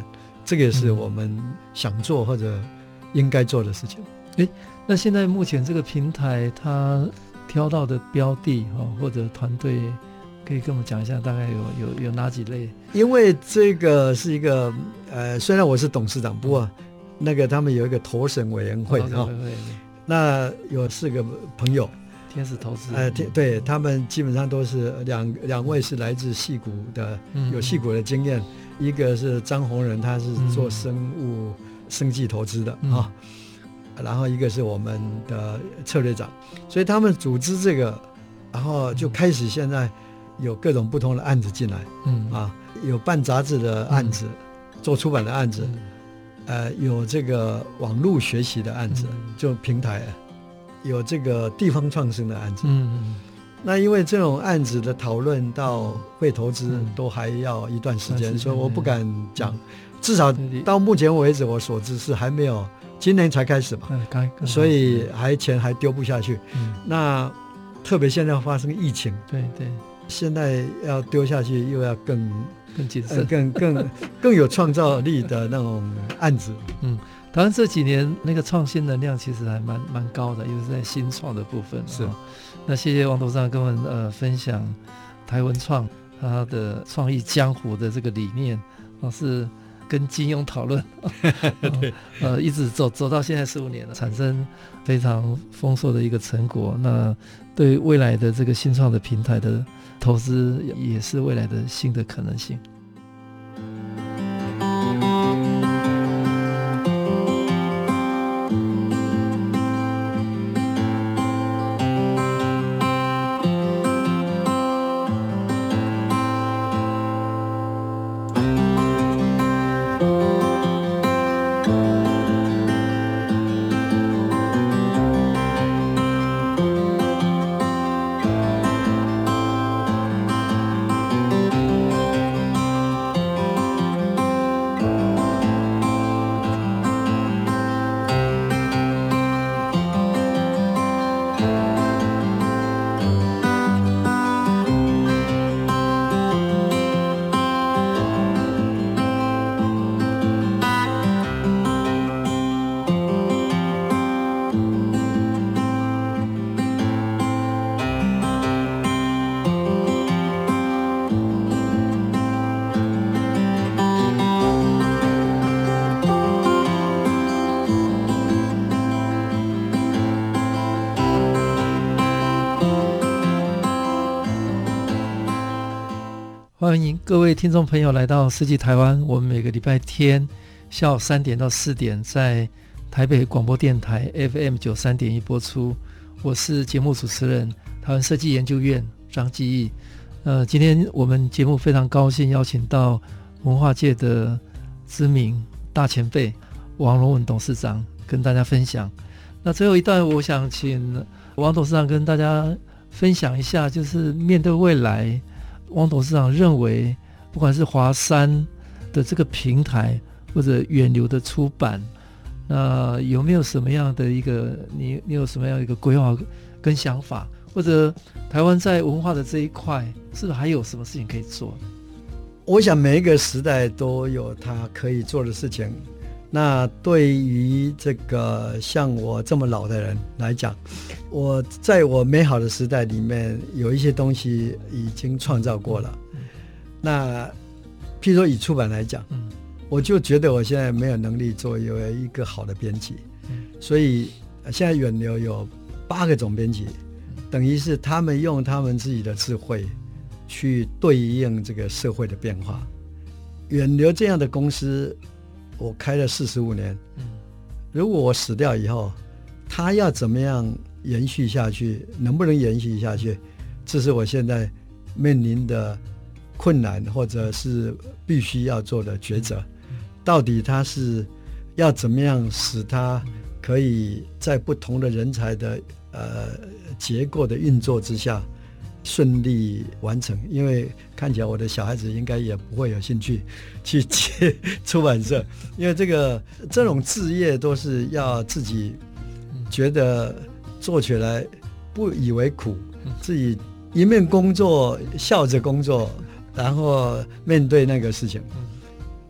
这个也是我们想做或者应该做的事情。 诶，那现在目前这个平台它挑到的标的、哦、或者团队可以跟我们讲一下大概有有有哪几类？ 因为这个是一个呃，虽然我是董事长，不过那个他们有一个投审委员会、哦、那有四个朋友， 天使投资， 呃，对，他们基本上都是两两位是来自矽谷的， 嗯、 有矽谷的经验，一个是张宏仁，他是做生物、嗯、生技投资的啊、嗯哦，然后一个是我们的策略长，所以他们组织这个，然后就开始现在有各种不同的案子进来，嗯啊，有办杂志的案子，嗯、做出版的案子。嗯呃，有这个网络学习的案子，嗯、就平台，有这个地方创生的案子。嗯嗯。那因为这种案子的讨论到会投资，嗯、都还要一段时间，嗯、所以我不敢讲。嗯、至少到目前为止，我所知是还没有，今年才开始嘛，嗯、所以还钱还丢不下去。嗯、那特别现在发生疫情， 对对， 现在要丢下去又要更。 更谨慎、 呃、更更更有创造力的那种案子。 嗯，台湾这几年那个创新能量其实还蛮蛮高的，尤其是在新创的部分。 是，哦、 那谢谢王董事长跟我们呃分享台文创他的创意江湖的这个理念，哦、是跟金庸讨论，对，呃，一直走走到现在十五年了，产生非常丰硕的一个成果。那对未来的这个新创的平台的投资也是未来的新的可能性。欢迎各位听众朋友来到世纪台湾，我们每个礼拜天下午三点到四点在台北广播电台 F M 九三点一播出。我是节目主持人台湾设计研究院张基义。呃，今天我们节目非常高兴邀请到文化界的知名大前辈王荣文董事长跟大家分享。那最后一段，我想请王董事长跟大家分享一下，就是面对未来，王董事长认为，不管是华山的这个平台，或者远流的出版，那有没有什么样的一个你你有什么样的一个规划跟想法？或者台湾在文化的这一块，是不是还有什么事情可以做？ 我想每一个时代都有它可以做的事情。那对于这个像我这么老的人来讲，我在我美好的时代里面有一些东西已经创造过了。嗯、那譬如说以出版来讲，嗯、我就觉得我现在没有能力做有一个好的编辑，嗯、所以现在远流有八个总编辑，嗯、等于是他们用他们自己的智慧去对应这个社会的变化。远流这样的公司我开了四十五年，嗯、如果我死掉以后，他要怎么样延续下去，能不能延续下去，这是我现在面临的困难，或者是必须要做的抉择。到底他是要怎么样使他可以在不同的人才的呃结构的运作之下顺利完成？因为看起来我的小孩子应该也不会有兴趣去接出版社，因为这个这种志业都是要自己觉得做起来不以为苦，自己一面工作笑着工作，然后面对那个事情。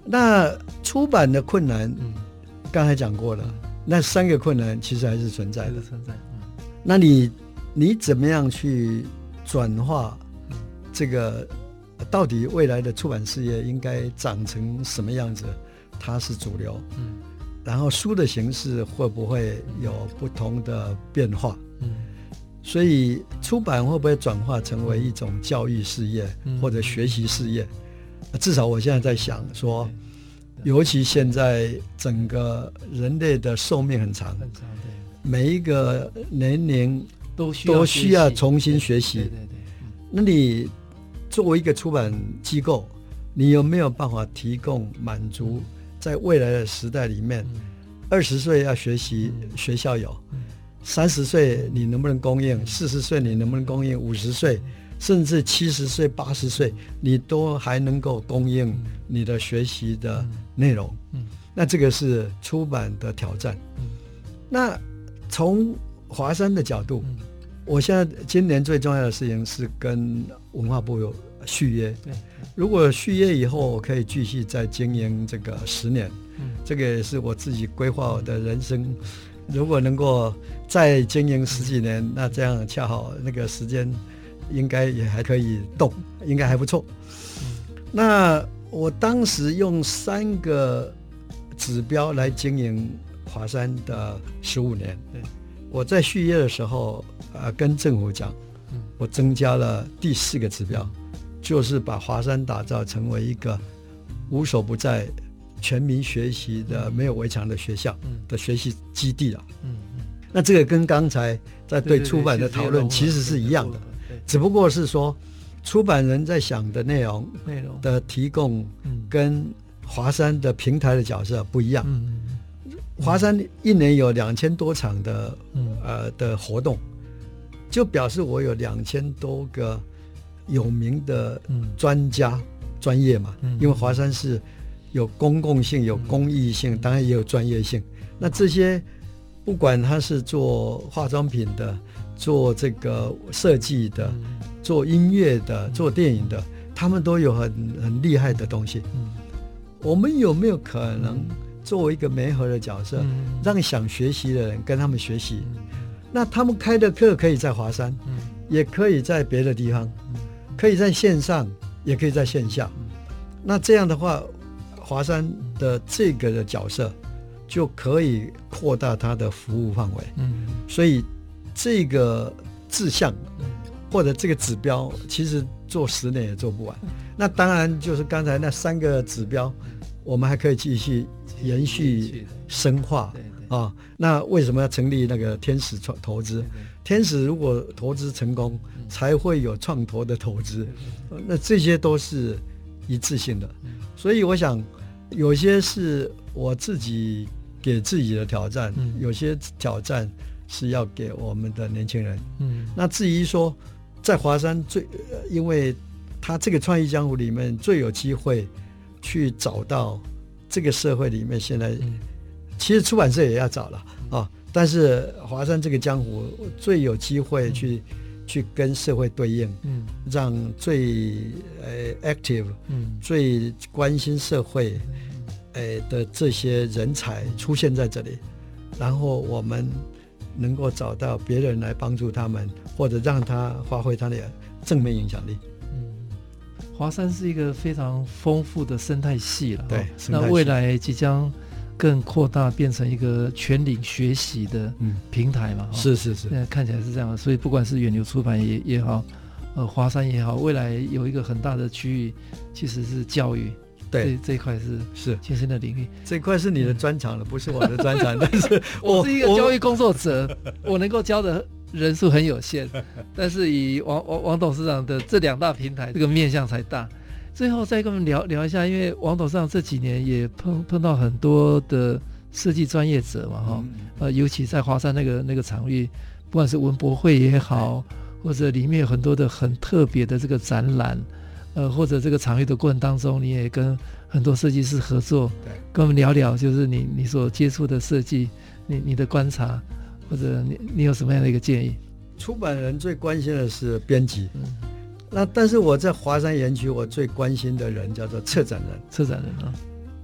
那出版的困难， 嗯， 刚才讲过了，那三个困难其实还是存在的。 存在，嗯， 那你你怎么样去转化这个？到底未来的出版事业应该长成什么样子？它是主流， 嗯， 然后书的形式会不会有不同的变化？ 嗯， 所以出版会不会转化成为一种教育事业或者学习事业？至少我现在在想说，尤其现在整个人类的寿命很长， 很长，对， 每一个年龄都需要都需要重新学习。 对对对， 那你作为一个出版机构，你有没有办法提供满足在未来的时代里面，二十岁要学习学校有，三十岁你能不能供应，四十岁你能不能供应，五十岁甚至七十岁八十岁你都还能够供应你的学习的内容，那这个是出版的挑战。那从华山的角度，我现在今年最重要的事情是跟文化部有续约。 对， 如果续约以后，我可以继续再经营这个十年，嗯，这个也是我自己规划我的人生。如果能够再经营十几年，那这样恰好那个时间应该也还可以动，应该还不错。嗯，那我当时用三个指标来经营华山的十五年。对，我在续约的时候，呃，跟政府讲，我增加了第四个指标，就是把华山打造成为一个无所不在、全民学习的没有围墙的学校的学习基地了。嗯嗯，那这个跟刚才在对出版的讨论其实是一样的，只不过是说出版人在想的内容内容的提供跟华山的平台的角色不一样。嗯，华山一年有两千多场的、嗯、呃的活动，就表示我有两千多个有名的专家、嗯、专业嘛。嗯，因为华山是有公共性、有公益性，嗯、当然也有专业性。那这些不管他是做化妆品的、做这个设计的、嗯、做音乐的、做电影的，他们都有很很厉害的东西。嗯，我们有没有可能？嗯，作为一个媒合的角色，嗯、让想学习的人跟他们学习。嗯、那他们开的课可以在华山，嗯、也可以在别的地方，嗯、可以在线上，也可以在线下。嗯、那这样的话，华山的这个的角色就可以扩大它的服务范围。嗯、所以这个志向或者这个指标，其实做十年也做不完。嗯、那当然就是刚才那三个指标，我们还可以继续延续深化啊。那为什么要成立那个天使创投资？天使如果投资成功，才会有创投的投资，那这些都是一致性的。所以我想，有些是我自己给自己的挑战，有些挑战是要给我们的年轻人。嗯，那至于说在华山最，因为他这个创意江湖里面最有机会去找到这个社会里面现在，嗯、其实出版社也要找了啊，但是华山这个江湖最有机会去、嗯、去跟社会对应，嗯、让最呃 active，嗯、最关心社会，呃的这些人才出现在这里，然后我们能够找到别人来帮助他们，或者让他发挥他的正面影响力。 华山是一个非常丰富的生态系了， 对， 那未来即将更扩大，变成一个全领学习的平台嘛。嗯、 是是是， 现在看起来是这样的。所以不管是远流出版也也好，呃，华山也好，未来有一个很大的区域，其实是教育。 对， 这这一块是是新兴的领域， 这一块是你的专长了，不是我的专长。但是我是一个教育工作者，我, 我能够教的人数很有限，但是以王王王董事长的这两大平台，这个面向才大。最后再跟我们聊聊一下，因为王董事长这几年也碰碰到很多的设计专业者嘛，哈、嗯，呃，尤其在华山那个那个场域，不管是文博会也好，或者里面有很多的很特别的这个展览。呃，或者这个场域的过程当中，你也跟很多设计师合作，跟我们聊聊，就是你你所接触的设计，你你的观察，或者你你有什么样的一个建议？ 出版人最关心的是编辑，嗯，那但是我在华山园区，我最关心的人叫做策展人， 策展人啊，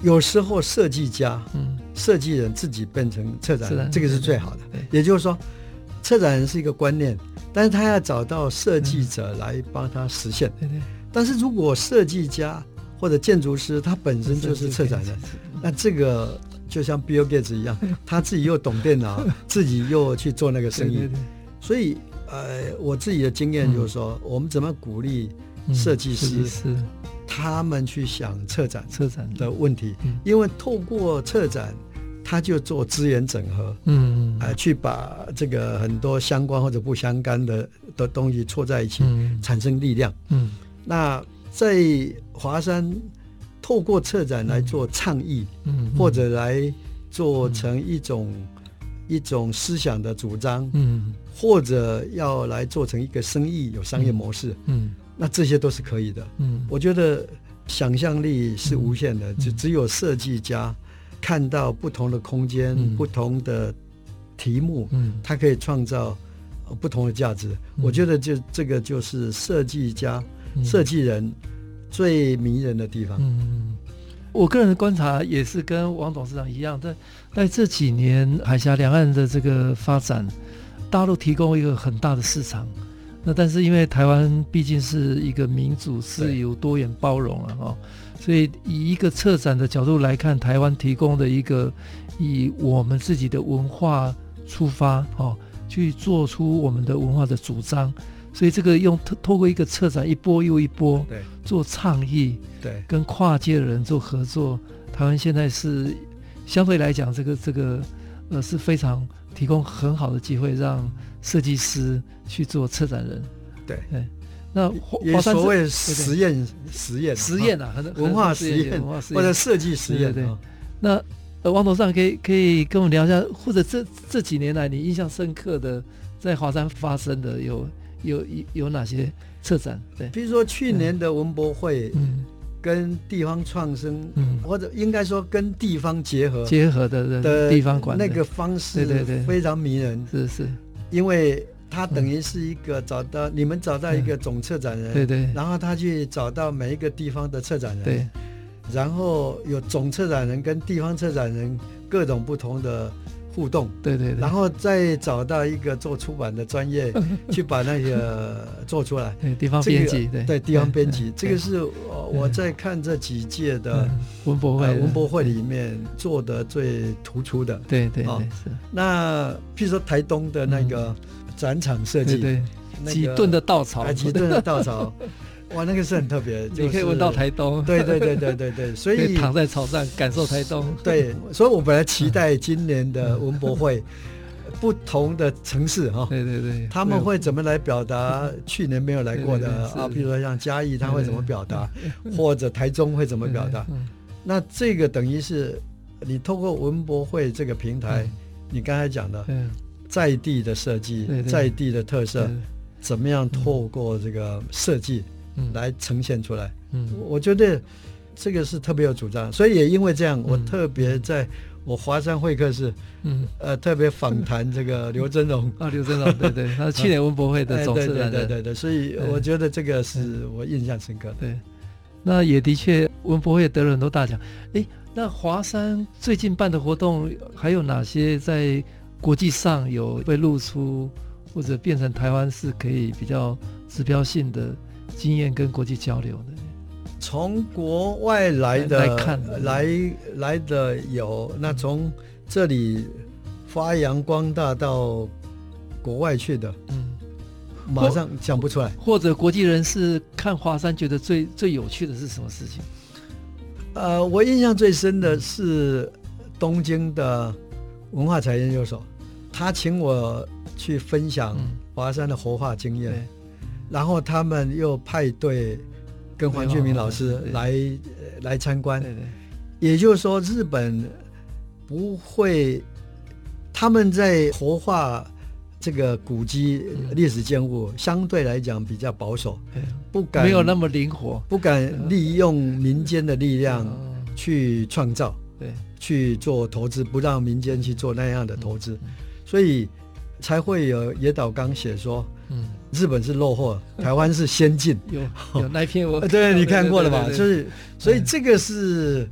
有时候设计家、 嗯， 设计人自己变成策展人， 是的这个是最好的。 对， 也就是说，策展人是一个观念，但是他要找到设计者来帮他实现。 对对。 但是如果设计家或者建筑师他本身就是策展人，那这个就像 Bill Gates 一样，他自己又懂电脑，自己又去做那个生意。对对对。所以，呃，我自己的经验就是说，嗯、我们怎么鼓励设计师、嗯、他们去想策展策展的问题？嗯、因为透过策展，他就做资源整合， 嗯， 呃，去把这个很多相关或者不相干的的东西凑在一起，嗯、产生力量。嗯，那在华山，透过策展来做倡议，嗯，或者来做成一种、嗯、一种思想的主张，嗯，或者要来做成一个生意有商业模式，嗯，嗯那这些都是可以的。嗯，我觉得想象力是无限的，只、嗯、只有设计家看到不同的空间、嗯、不同的题目，嗯，他可以创造不同的价值。嗯、我觉得就这个就是设计家、嗯、设计人最迷人的地方。 嗯，我个人的观察也是跟王董事长一样，在在这几年海峡两岸的这个发展，大陆提供一个很大的市场。那但是因为台湾毕竟是一个民主、自由、多元、包容了哦，所以以一个策展的角度来看，台湾提供的一个以我们自己的文化出发哦，去做出我们的文化的主张。所以这个用透过一个策展一波又一波，对，做倡议，对，跟跨界的人做合作，台湾现在是相对来讲，这个这个呃是非常提供很好的机会，让设计师去做策展人。 对对，那也所谓实验实验实验啊， 文化实验或者设计实验。 对对，那呃王董事长可以可以跟我们聊一下，或者这这几年来你印象深刻的在华山发生的有。有有哪些策展？对， 比如说去年的文博会，嗯，跟地方创生，嗯，或者应该说跟地方结合结合的的地方馆那个方式，对对对，非常迷人。 是是， 因为他等于是一个找到、嗯、你们找到一个总策展人， 对对， 然后他去找到每一个地方的策展人， 对， 然后有总策展人跟地方策展人各种不同的互动， 对对对， 然后再找到一个做出版的专业去把那个做出来， 对，地方编辑， 这个、对地方编辑，这个是我在看这几届的文博会、呃、 文博会里面做的最突出的， 对对对、哦、是。 那譬如说台东的那个展场设计， 对对， 那个、 几吨的稻草， 几吨的稻草。哇，那个是很特别，就是、 你可以闻到台东， 对对对对对对，所以躺在草上感受台东。 对，所以我本来期待今年的文博会，不同的城市哈， 对对对， 他们会怎么来表达去年没有来过的对对对啊？比如说像嘉义，他会怎么表达，或者台中会怎么表达？对对对，那这个等于是你透过文博会这个平台，你刚才讲的在地的设计， 对对在地的特色，怎么样透过这个设计？来呈现出来，嗯，我觉得这个是特别有主张，所以也因为这样，嗯、我特别在我华山会客室，嗯，呃，特别访谈这个刘真荣啊，刘真荣，对对，他是去年文博会的总策展人， 对对对对，所以我觉得这个是我印象深刻的。 对，那也的确文博会得了很多大奖。哎，那华山最近办的活动还有哪些在国际上有被露出，或者变成台湾是可以比较指标性的经验跟国际交流的？ 从国外来的来看来来的有，那从这里发扬光大到国外去的，嗯，马上讲不出来。 或者国际人士看华山觉得最最有趣的是什么事情？ 呃，我印象最深的是东京的文化财研究所，他请我去分享华山的活化经验。嗯，然后他们又派队跟黄俊明老师来来参观，对对，也就是说日本不会，他们在活化这个古迹历史建物，嗯、相对来讲比较保守，不敢没有那么灵活， 不敢利用民间的力量去创造，对，去做投资，不让民间去做那样的投资，嗯、所以才会有野岛刚写说。嗯，日本是落后，台湾是先进。 有有那篇我对你看过了吧？就是所以这个是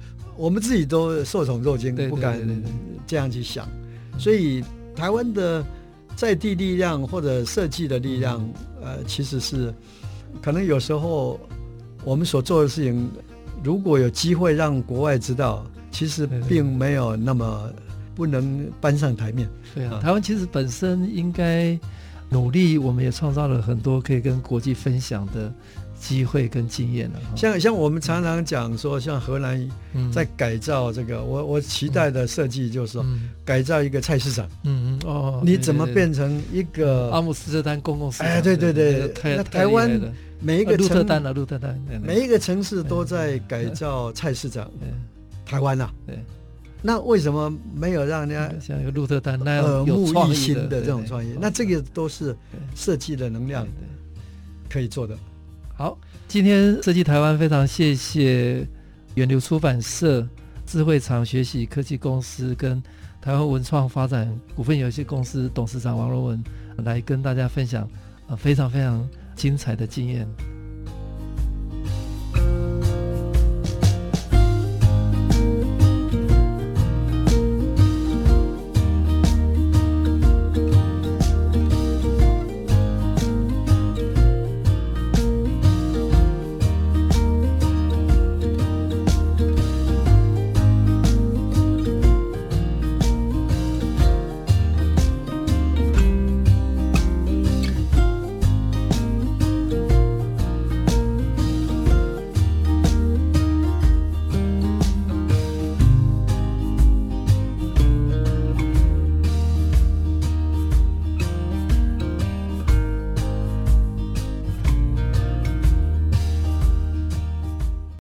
我们自己都受宠若惊， 对对不敢对对对这样去想。所以台湾的在地力量或者设计的力量，呃，其实是可能有时候我们所做的事情，如果有机会让国外知道，其实并没有那么不能搬上台面。 对啊，台湾其实本身应该努力，我们也创造了很多可以跟国际分享的机会跟经验了。 像像我们常常讲说，像荷兰在改造这个，嗯、我我期待的设计就是说，嗯、改造一个菜市场。 嗯嗯哦， 你怎么变成一个阿姆斯特丹公共市场？ 哎，对对对， 对那台湾每一个城、啊、鹿特丹啊，鹿特丹，对对每一个城市都在改造菜市场。台湾啊，对。那为什么没有让人家像一个鹿特丹那样耳目一新的这种创意？那这个都是设计的能量可以做的。 好，今天设计台湾非常谢谢远流出版社、智慧厂学习科技公司跟台湾文创发展股份有限公司董事长王荣文来跟大家分享、呃、非常非常精彩的经验。